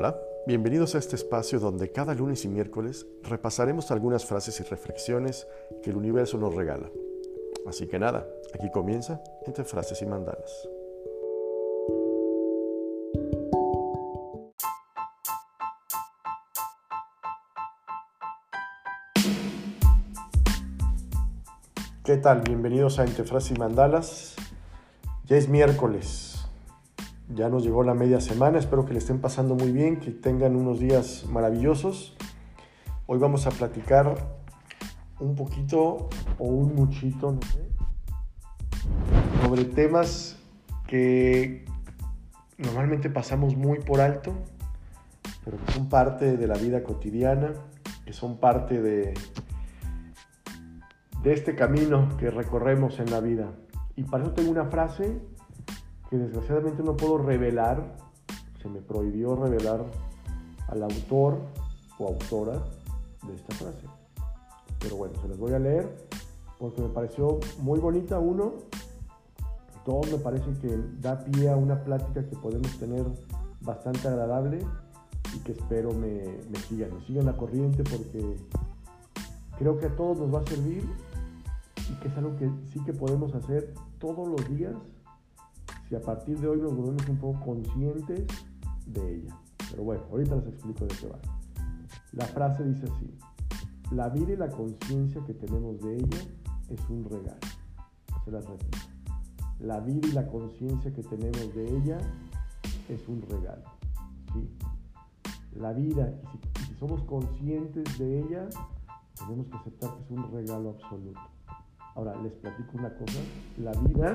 Hola, bienvenidos a este espacio donde cada lunes y miércoles repasaremos algunas frases y reflexiones que el universo nos regala. Así que nada, aquí comienza Entre Frases y Mandalas. ¿Qué tal? Bienvenidos a Entre Frases y Mandalas. Ya es miércoles. Ya nos llegó la media semana, espero que le estén pasando muy bien, que tengan unos días maravillosos. Hoy vamos a platicar un poquito o un muchito, no sé, sobre temas que normalmente pasamos muy por alto, pero que son parte de la vida cotidiana, que son parte de este camino que recorremos en la vida. Y para eso tengo una frase que desgraciadamente no puedo revelar, se me prohibió revelar al autor o autora de esta frase. Pero bueno, se las voy a leer porque me pareció muy bonita, uno. Dos, me parece que da pie a una plática que podemos tener bastante agradable y que espero me sigan la corriente, porque creo que a todos nos va a servir y que es algo que sí que podemos hacer todos los días si a partir de hoy nos volvemos un poco conscientes de ella. Pero bueno, ahorita les explico de qué va. La frase dice así: la vida y la conciencia que tenemos de ella es un regalo. Se las repito. La vida y la conciencia que tenemos de ella es un regalo. ¿Sí? La vida, y si somos conscientes de ella, tenemos que aceptar que es un regalo absoluto. Ahora, les platico una cosa. La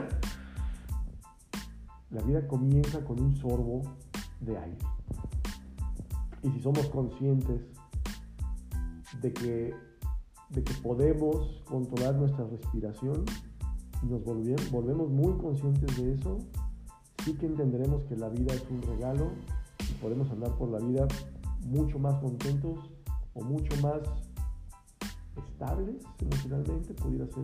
vida comienza con un sorbo de aire. Y si somos conscientes de que podemos controlar nuestra respiración y nos volvemos muy conscientes de eso, sí que entenderemos que la vida es un regalo y podemos andar por la vida mucho más contentos o mucho más estables emocionalmente. Pudiera ser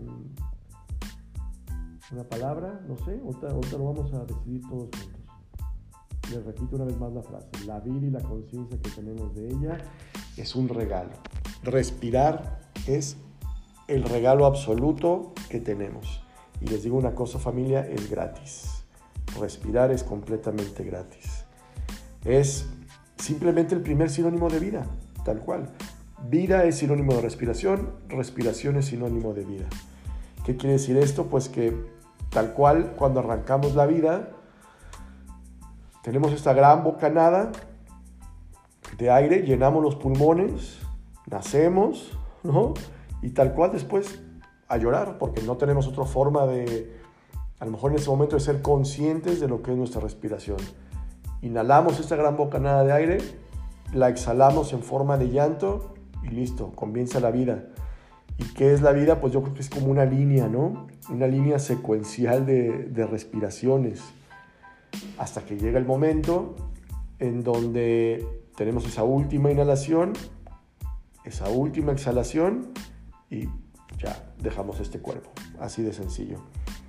una palabra, no sé, ahorita lo vamos a decidir todos juntos. Les repito una vez más la frase: la vida y la conciencia que tenemos de ella es un regalo. Respirar es el regalo absoluto que tenemos. Y les digo una cosa, familia, es gratis. Respirar es completamente gratis. Es simplemente el primer sinónimo de vida, tal cual. Vida es sinónimo de respiración, respiración es sinónimo de vida. ¿Qué quiere decir esto? Pues que tal cual, cuando arrancamos la vida, tenemos esta gran bocanada de aire, llenamos los pulmones, nacemos, ¿no? Y tal cual después a llorar, porque no tenemos otra forma de, a lo mejor en ese momento, de ser conscientes de lo que es nuestra respiración. Inhalamos esta gran bocanada de aire, la exhalamos en forma de llanto y listo, comienza la vida. ¿Y qué es la vida? Pues yo creo que es como una línea, ¿no? Una línea secuencial de respiraciones, hasta que llega el momento en donde tenemos esa última inhalación, esa última exhalación y ya dejamos este cuerpo. Así de sencillo.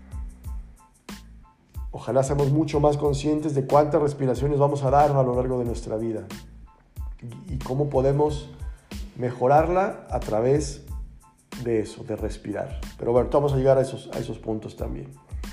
Ojalá seamos mucho más conscientes de cuántas respiraciones vamos a dar a lo largo de nuestra vida y cómo podemos mejorarla a través de eso, de respirar. Pero bueno, vamos a llegar a esos puntos también.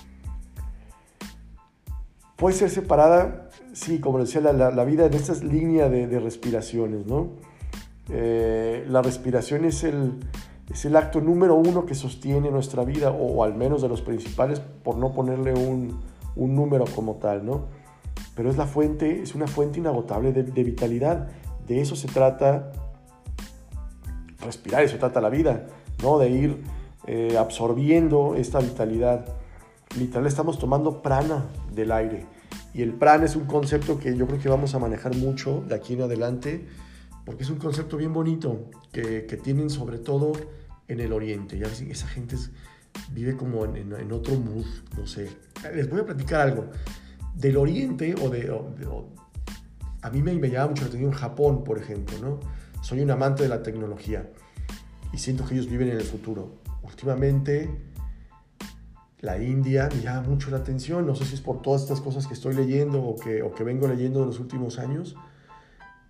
Puede ser separada, sí, como decía, la vida en estas líneas de respiraciones, ¿no? La respiración es el acto número uno que sostiene nuestra vida, o al menos de los principales, por no ponerle un número como tal, ¿no? Pero es una fuente inagotable de vitalidad. De eso se trata respirar, eso trata la vida, ¿no? De ir absorbiendo esta vitalidad. Literal, estamos tomando prana del aire. Y el prana es un concepto que yo creo que vamos a manejar mucho de aquí en adelante, porque es un concepto bien bonito que tienen sobre todo en el Oriente. Ya ven, esa gente vive como en otro mood, no sé. Les voy a platicar algo. Del Oriente, a mí me llama mucho la atención Japón, por ejemplo, ¿no? Soy un amante de la tecnología y siento que ellos viven en el futuro. Últimamente, la India me llama mucho la atención. No sé si es por todas estas cosas que estoy leyendo o que vengo leyendo en los últimos años,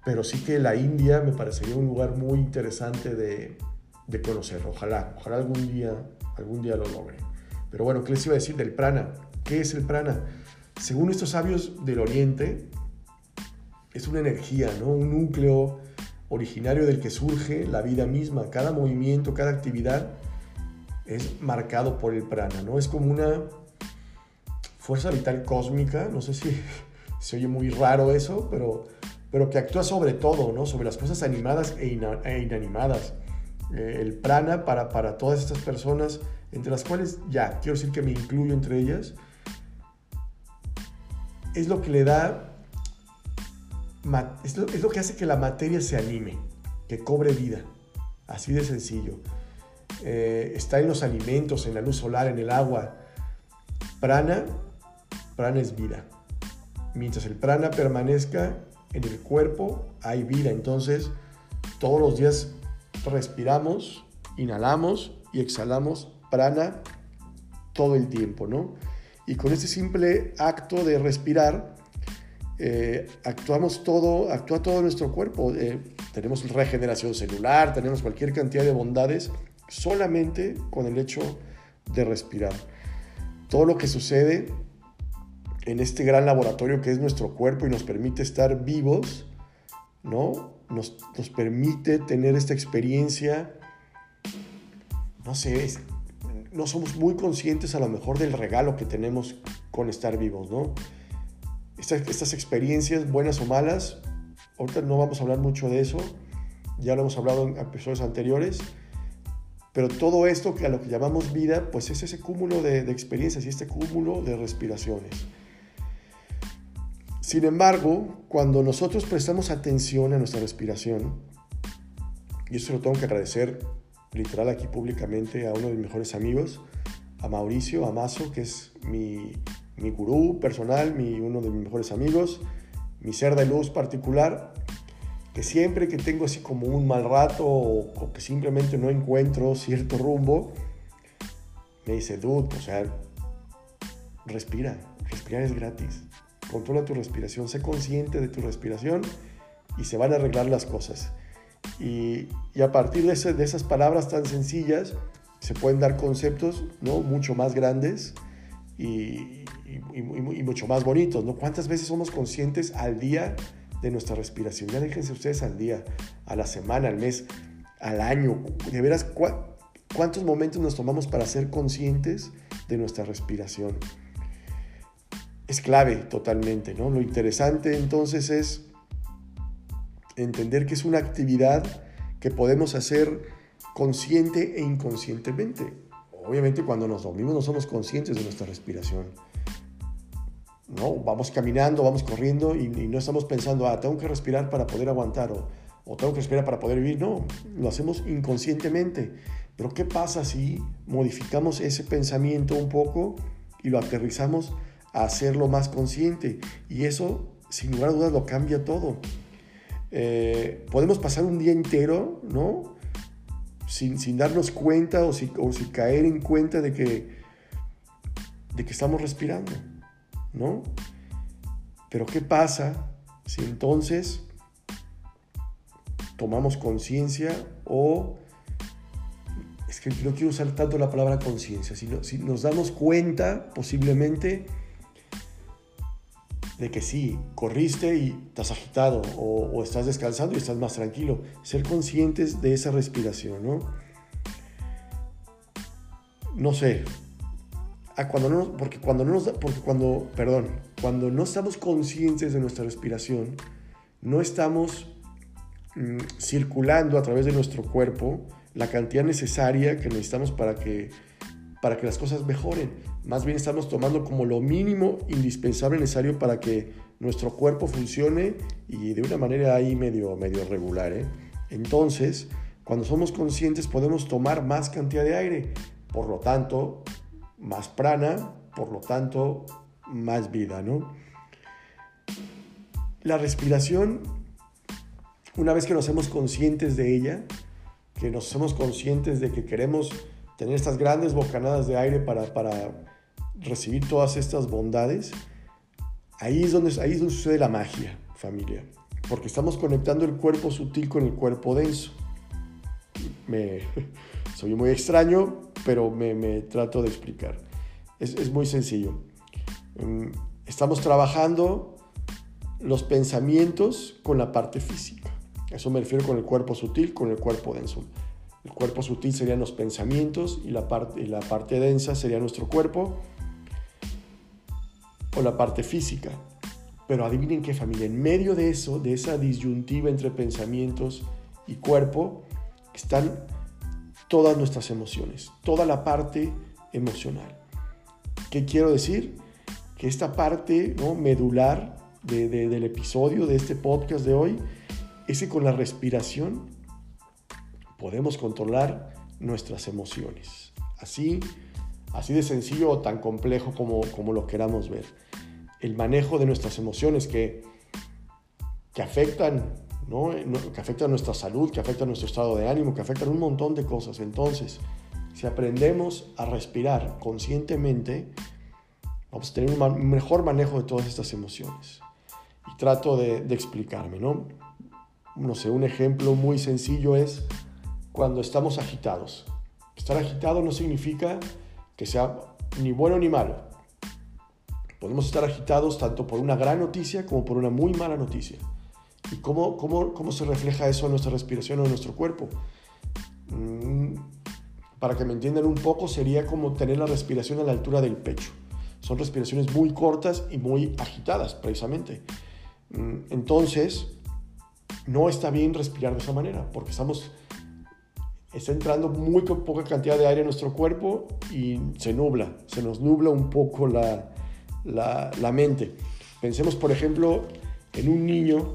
pero sí que la India me parecería un lugar muy interesante de conocer. Ojalá algún día lo logre. Pero bueno, ¿qué les iba a decir del prana? ¿Qué es el prana? Según estos sabios del Oriente, es una energía, ¿no? Un núcleo originario del que surge la vida misma. Cada movimiento, cada actividad es marcado por el prana, ¿no? Es como una fuerza vital cósmica, no sé si se oye muy raro eso, pero que actúa sobre todo, ¿no? Sobre las cosas animadas e inanimadas. El prana para todas estas personas, entre las cuales quiero decir que me incluyo entre ellas, es lo que le da, es lo que hace que la materia se anime, que cobre vida, así de sencillo. Está en los alimentos, en la luz solar, en el agua. Prana es vida. Mientras el prana permanezca en el cuerpo, hay vida. Entonces, todos los días respiramos, inhalamos y exhalamos prana todo el tiempo, ¿no? Y con este simple acto de respirar, actúa todo nuestro cuerpo. Tenemos regeneración celular, tenemos cualquier cantidad de bondades solamente con el hecho de respirar. Todo lo que sucede en este gran laboratorio que es nuestro cuerpo y nos permite estar vivos, ¿no? Nos permite tener esta experiencia, no sé, no somos muy conscientes a lo mejor del regalo que tenemos con estar vivos, ¿no? Estas experiencias, buenas o malas, ahorita no vamos a hablar mucho de eso, ya lo hemos hablado en episodios anteriores, pero todo esto que a lo que llamamos vida, pues es ese cúmulo de experiencias y este cúmulo de respiraciones. Sin embargo, cuando nosotros prestamos atención a nuestra respiración, y eso lo tengo que agradecer literal aquí públicamente a uno de mis mejores amigos, a Mauricio Amazo, que es mi gurú personal, uno de mis mejores amigos, mi ser de luz particular, que siempre que tengo así como un mal rato o que simplemente no encuentro cierto rumbo, me dice, dude, o sea, respirar es gratis. Controla tu respiración, sé consciente de tu respiración y se van a arreglar las cosas. Y a partir de esas palabras tan sencillas se pueden dar conceptos, ¿no? Mucho más grandes y mucho más bonitos, ¿no? ¿Cuántas veces somos conscientes al día de nuestra respiración? Ya déjense ustedes al día, a la semana, al mes, al año. De veras, ¿cuántos momentos nos tomamos para ser conscientes de nuestra respiración? Es clave totalmente, ¿no? Lo interesante entonces es entender que es una actividad que podemos hacer consciente e inconscientemente. Obviamente cuando nos dormimos no somos conscientes de nuestra respiración, ¿no? Vamos caminando, vamos corriendo y no estamos pensando, tengo que respirar para poder aguantar o tengo que respirar para poder vivir. No, lo hacemos inconscientemente. Pero ¿qué pasa si modificamos ese pensamiento un poco y lo aterrizamos a hacerlo más consciente? Y eso, sin lugar a dudas, lo cambia todo. Podemos pasar un día entero, ¿no? Sin darnos cuenta o sin caer en cuenta de que estamos respirando, ¿no? Pero ¿qué pasa si entonces tomamos conciencia o... Es que no quiero usar tanto la palabra conciencia, si nos damos cuenta posiblemente de que sí, corriste y estás agitado o estás descansando y estás más tranquilo. Ser conscientes de esa respiración, ¿no? No sé. Cuando no estamos conscientes de nuestra respiración, no estamos circulando a través de nuestro cuerpo la cantidad necesaria que necesitamos para que las cosas mejoren. Más bien estamos tomando como lo mínimo indispensable necesario para que nuestro cuerpo funcione y de una manera ahí medio regular, ¿eh? Entonces, cuando somos conscientes podemos tomar más cantidad de aire, por lo tanto, más prana, por lo tanto, más vida, ¿no? La respiración, una vez que nos hacemos conscientes de ella, que nos hacemos conscientes de que queremos tener estas grandes bocanadas de aire para recibir todas estas bondades, ahí es donde sucede la magia, familia. porque estamos conectando el cuerpo sutil con el cuerpo denso. Soy muy extraño, pero me trato de explicar. Es muy sencillo. Estamos trabajando los pensamientos con la parte física. A eso me refiero con el cuerpo sutil, con el cuerpo denso. El cuerpo sutil serían los pensamientos y la parte densa sería nuestro cuerpo o la parte física. Pero adivinen qué, familia, en medio de eso, de esa disyuntiva entre pensamientos y cuerpo, están todas nuestras emociones, toda la parte emocional. ¿Qué quiero decir? Que esta parte, ¿no?, medular del episodio, de este podcast de hoy, es que con la respiración podemos controlar nuestras emociones. Así de sencillo o tan complejo como lo queramos ver. El manejo de nuestras emociones que afectan, ¿no?, que afectan nuestra salud, que afectan nuestro estado de ánimo, que afectan un montón de cosas. Entonces, si aprendemos a respirar conscientemente, vamos a tener un mejor manejo de todas estas emociones. Y trato de explicarme, ¿no? No sé, un ejemplo muy sencillo es cuando estamos agitados. Estar agitado no significa que sea ni bueno ni malo. Podemos estar agitados tanto por una gran noticia como por una muy mala noticia. ¿Y cómo se refleja eso en nuestra respiración o en nuestro cuerpo? Para que me entiendan un poco, sería como tener la respiración a la altura del pecho. Son respiraciones muy cortas y muy agitadas, precisamente. Entonces, no está bien respirar de esa manera, porque está entrando muy poca cantidad de aire en nuestro cuerpo y se nos nubla un poco la mente. Pensemos, por ejemplo, en un niño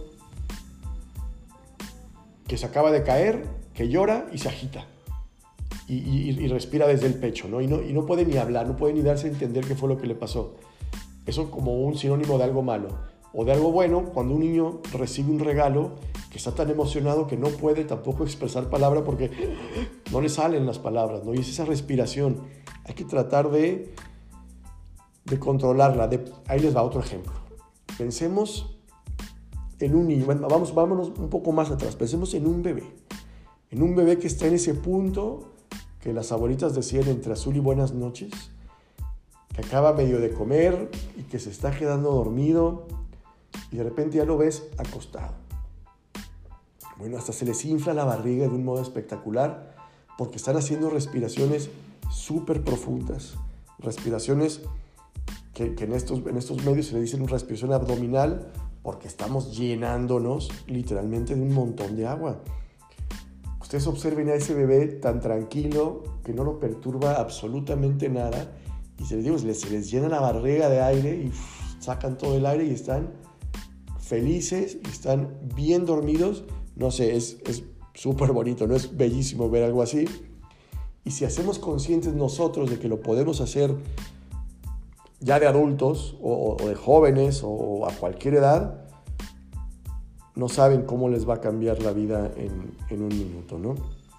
que se acaba de caer, que llora y se agita y respira desde el pecho, ¿no? Y no puede ni hablar, no puede ni darse a entender qué fue lo que le pasó. Eso como un sinónimo de algo malo. O de algo bueno, cuando un niño recibe un regalo que está tan emocionado que no puede tampoco expresar palabra porque no le salen las palabras, ¿no? Y es esa respiración. Hay que tratar de controlarla. Ahí les va otro ejemplo. Pensemos en un niño. Bueno, vámonos un poco más atrás. Pensemos en un bebé. En un bebé que está en ese punto que las abuelitas decían entre azul y buenas noches, que acaba medio de comer y que se está quedando dormido y de repente ya lo ves acostado. Bueno, hasta se les infla la barriga de un modo espectacular porque están haciendo respiraciones súper profundas, respiraciones que en estos medios se le dicen respiración abdominal porque estamos llenándonos literalmente de un montón de agua. Ustedes observen a ese bebé tan tranquilo que no lo perturba absolutamente nada y se les llena la barriga de aire y sacan todo el aire y están felices y están bien dormidos. No sé, es súper bonito, ¿no? Es bellísimo ver algo así. Y si hacemos conscientes nosotros de que lo podemos hacer ya de adultos o de jóvenes o a cualquier edad, no saben cómo les va a cambiar la vida en un minuto, ¿no?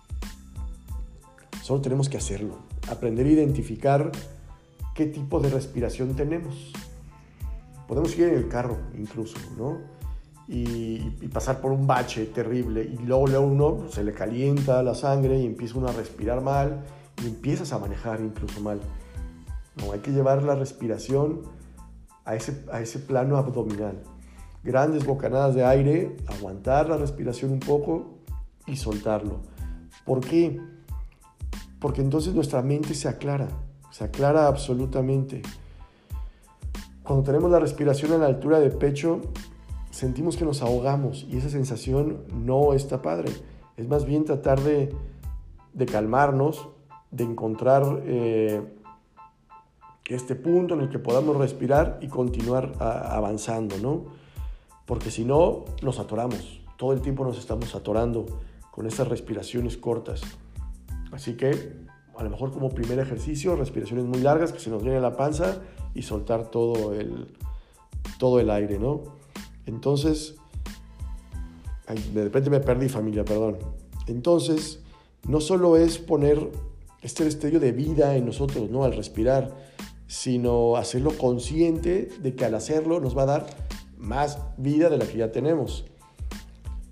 Solo tenemos que hacerlo, aprender a identificar qué tipo de respiración tenemos. Podemos ir en el carro incluso, ¿no? Y pasar por un bache terrible y luego uno se le calienta la sangre y empieza uno a respirar mal y empiezas a manejar incluso mal. No, hay que llevar la respiración a ese plano abdominal. Grandes bocanadas de aire, aguantar la respiración un poco y soltarlo. ¿Por qué? Porque entonces nuestra mente se aclara absolutamente. Cuando tenemos la respiración a la altura del pecho, sentimos que nos ahogamos y esa sensación no está padre. Es más bien tratar de calmarnos, de encontrar este punto en el que podamos respirar y continuar avanzando, ¿no? Porque si no, nos atoramos. Todo el tiempo nos estamos atorando con estas respiraciones cortas. Así que, a lo mejor como primer ejercicio, respiraciones muy largas, que se nos llene la panza y soltar todo el aire, ¿no? Entonces, de repente me perdí, familia, perdón. Entonces, no solo es poner este destello de vida en nosotros, ¿no?, al respirar, sino hacerlo consciente de que al hacerlo nos va a dar más vida de la que ya tenemos.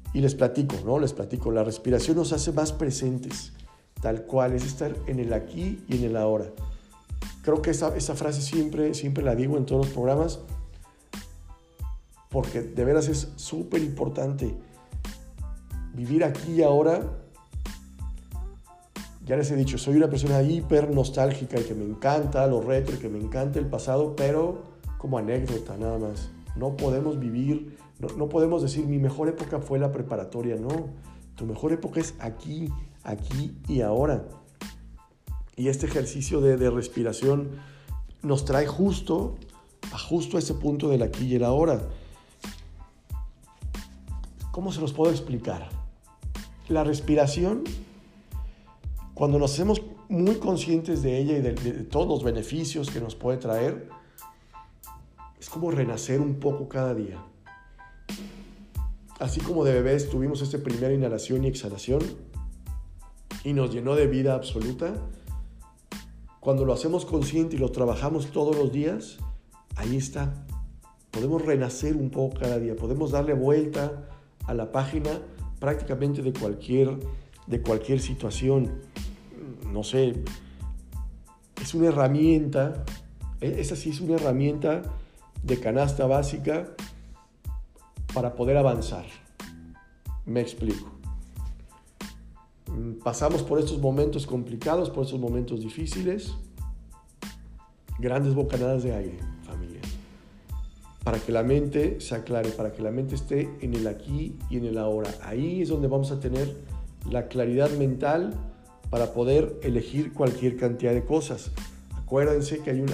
Y les platico, ¿no? Les platico. La respiración nos hace más presentes, tal cual, es estar en el aquí y en el ahora. Creo que esa frase siempre la digo en todos los programas, porque de veras es súper importante vivir aquí y ahora. Ya les he dicho, soy una persona hiper nostálgica y que me encanta lo retro y que me encanta el pasado, pero como anécdota nada más. No podemos vivir, no podemos decir mi mejor época fue la preparatoria, no. Tu mejor época es aquí y ahora. Y este ejercicio de respiración nos trae justo a ese punto del aquí y el ahora. ¿Cómo se los puedo explicar? La respiración, cuando nos hacemos muy conscientes de ella y de todos los beneficios que nos puede traer, es como renacer un poco cada día. Así como de bebés tuvimos esta primera inhalación y exhalación y nos llenó de vida absoluta, cuando lo hacemos consciente y lo trabajamos todos los días, ahí está. Podemos renacer un poco cada día, podemos darle vuelta a la página prácticamente de cualquier situación. No sé, es una herramienta, esa sí es una herramienta de canasta básica para poder avanzar. Me explico. Pasamos por estos momentos complicados, por estos momentos difíciles. Grandes bocanadas de aire, familia. Para que la mente se aclare, para que la mente esté en el aquí y en el ahora. Ahí es donde vamos a tener la claridad mental para poder elegir cualquier cantidad de cosas. Acuérdense que hay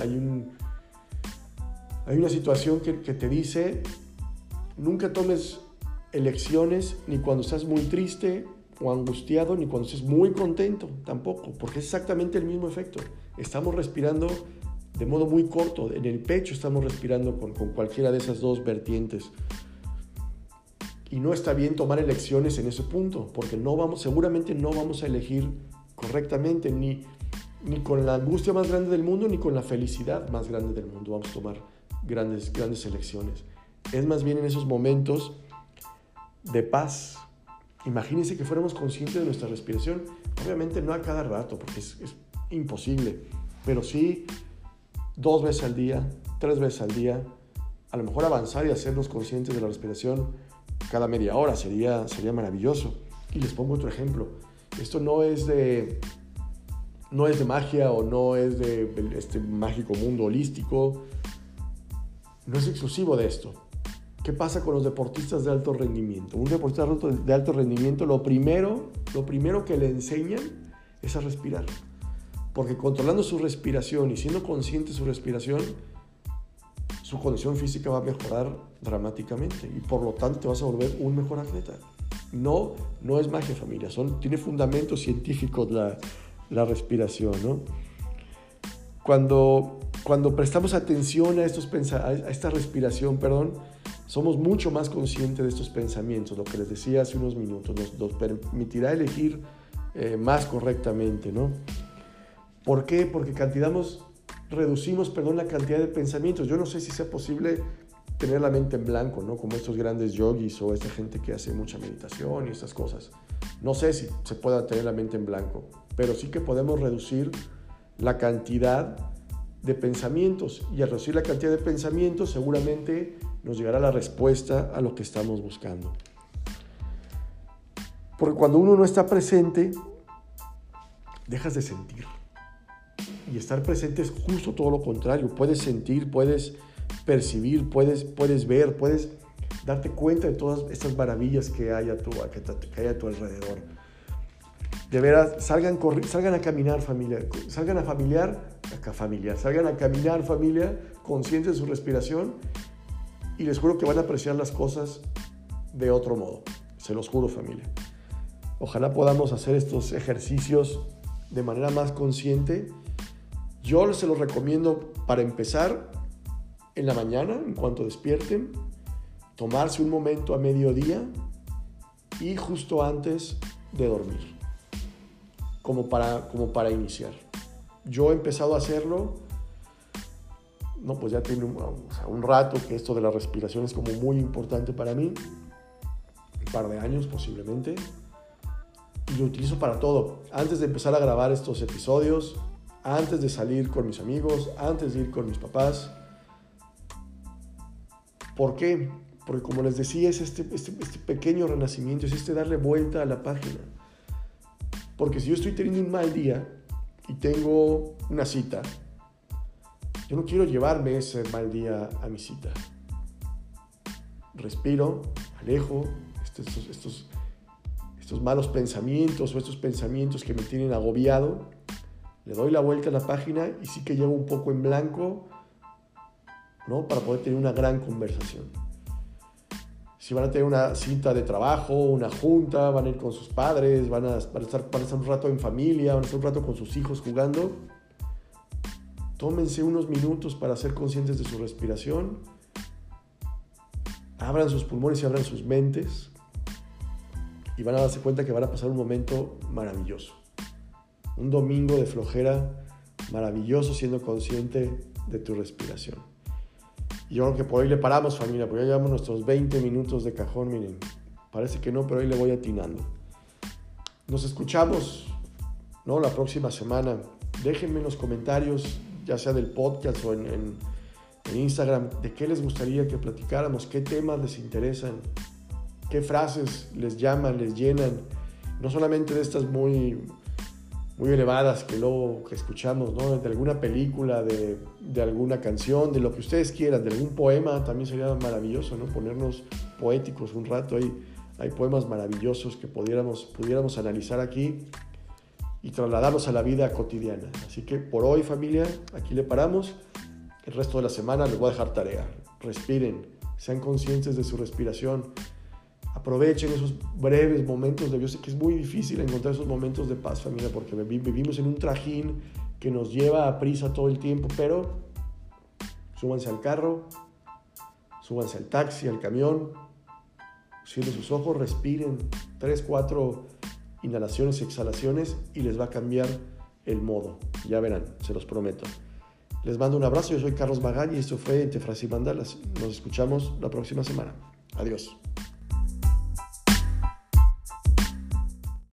una situación que te dice: nunca tomes elecciones ni cuando estás muy triste o angustiado, ni cuando estés muy contento tampoco, porque es exactamente el mismo efecto. Estamos respirando de modo muy corto, en el pecho estamos respirando con cualquiera de esas dos vertientes. Y no está bien tomar elecciones en ese punto, porque seguramente no vamos a elegir correctamente, ni con la angustia más grande del mundo, ni con la felicidad más grande del mundo vamos a tomar grandes elecciones. Es más bien en esos momentos de paz. Imagínense que fuéramos conscientes de nuestra respiración, obviamente no a cada rato, porque es imposible, pero sí 2 veces al día, 3 veces al día, a lo mejor avanzar y hacernos conscientes de la respiración cada media hora sería maravilloso. Y les pongo otro ejemplo. Esto no es de magia o no es de este mágico mundo holístico. No es exclusivo de esto. ¿Qué pasa con los deportistas de alto rendimiento? Un deportista de alto rendimiento, lo primero que le enseñan es a respirar. Porque controlando su respiración y siendo consciente de su respiración, su condición física va a mejorar dramáticamente y por lo tanto te vas a volver un mejor atleta. No es magia, familia. Tiene fundamentos científicos la respiración, ¿no? Cuando prestamos atención a esta respiración, somos mucho más conscientes de estos pensamientos. Lo que les decía hace unos minutos nos permitirá elegir más correctamente, ¿no? ¿Por qué? Porque reducimos la cantidad de pensamientos. Yo no sé si sea posible tener la mente en blanco, ¿no? Como estos grandes yogis o esta gente que hace mucha meditación y estas cosas. No sé si se pueda tener la mente en blanco, pero sí que podemos reducir la cantidad de pensamientos, y al reducir la cantidad de pensamientos seguramente nos llegará la respuesta a lo que estamos buscando. Porque cuando uno no está presente, dejas de sentir. Y estar presente es justo todo lo contrario. Puedes sentir, puedes percibir, puedes ver, puedes darte cuenta de todas estas maravillas que hay a tu alrededor. De veras, salgan a caminar, familia. Salgan a caminar, familia, conscientes de su respiración, y les juro que van a apreciar las cosas de otro modo. Se los juro, familia. Ojalá podamos hacer estos ejercicios de manera más consciente. Yo se los recomiendo para empezar en la mañana, en cuanto despierten, tomarse un momento a mediodía y justo antes de dormir, como para iniciar. Yo he empezado a hacerlo, pues ya tiene un rato que esto de la respiración es como muy importante para mí. par de años posiblemente. Y lo utilizo para todo. Antes de empezar a grabar estos episodios, antes de salir con mis amigos, antes de ir con mis papás. ¿Por qué? Porque como les decía, es este pequeño renacimiento, es darle vuelta a la página. Porque si yo estoy teniendo un mal día y tengo una cita, yo no quiero llevarme ese mal día a mi cita. Respiro, alejo estos malos pensamientos o estos pensamientos que me tienen agobiado, le doy la vuelta a la página y sí que llevo un poco en blanco, ¿no? Para poder tener una gran conversación. Si van a tener una cita de trabajo, una junta, van a ir con sus padres, van a estar un rato en familia, van a estar un rato con sus hijos jugando, tómense unos minutos para ser conscientes de su respiración, abran sus pulmones y abran sus mentes y van a darse cuenta que van a pasar un momento maravilloso. Un domingo de flojera maravilloso siendo consciente de tu respiración. Y yo creo que por hoy le paramos, familia, porque ya llevamos nuestros 20 minutos de cajón, miren. Parece que no, pero hoy le voy atinando. Nos escuchamos, ¿no? La próxima semana. Déjenme en los comentarios, ya sea del podcast o en Instagram, de qué les gustaría que platicáramos, qué temas les interesan, qué frases les llaman, les llenan. No solamente de estas muy elevadas que luego que escuchamos, ¿no? De alguna película, de alguna canción, de lo que ustedes quieran, de algún poema, también sería maravilloso, ¿no? Ponernos poéticos un rato. Hay poemas maravillosos que pudiéramos analizar aquí y trasladarlos a la vida cotidiana. Así que por hoy, familia, aquí le paramos. El resto de la semana les voy a dejar tarea. Respiren, sean conscientes de su respiración. Aprovechen esos breves momentos de... Yo sé que es muy difícil encontrar esos momentos de paz, familia, porque vivimos en un trajín que nos lleva a prisa todo el tiempo, pero súbanse al carro, súbanse al taxi, al camión, cierren sus ojos, respiren 3, 4 inhalaciones y exhalaciones y les va a cambiar el modo. Ya verán, se los prometo. Les mando un abrazo, yo soy Carlos Magaña y esto fue Entre Frases y Mandalas. Nos escuchamos la próxima semana. Adiós.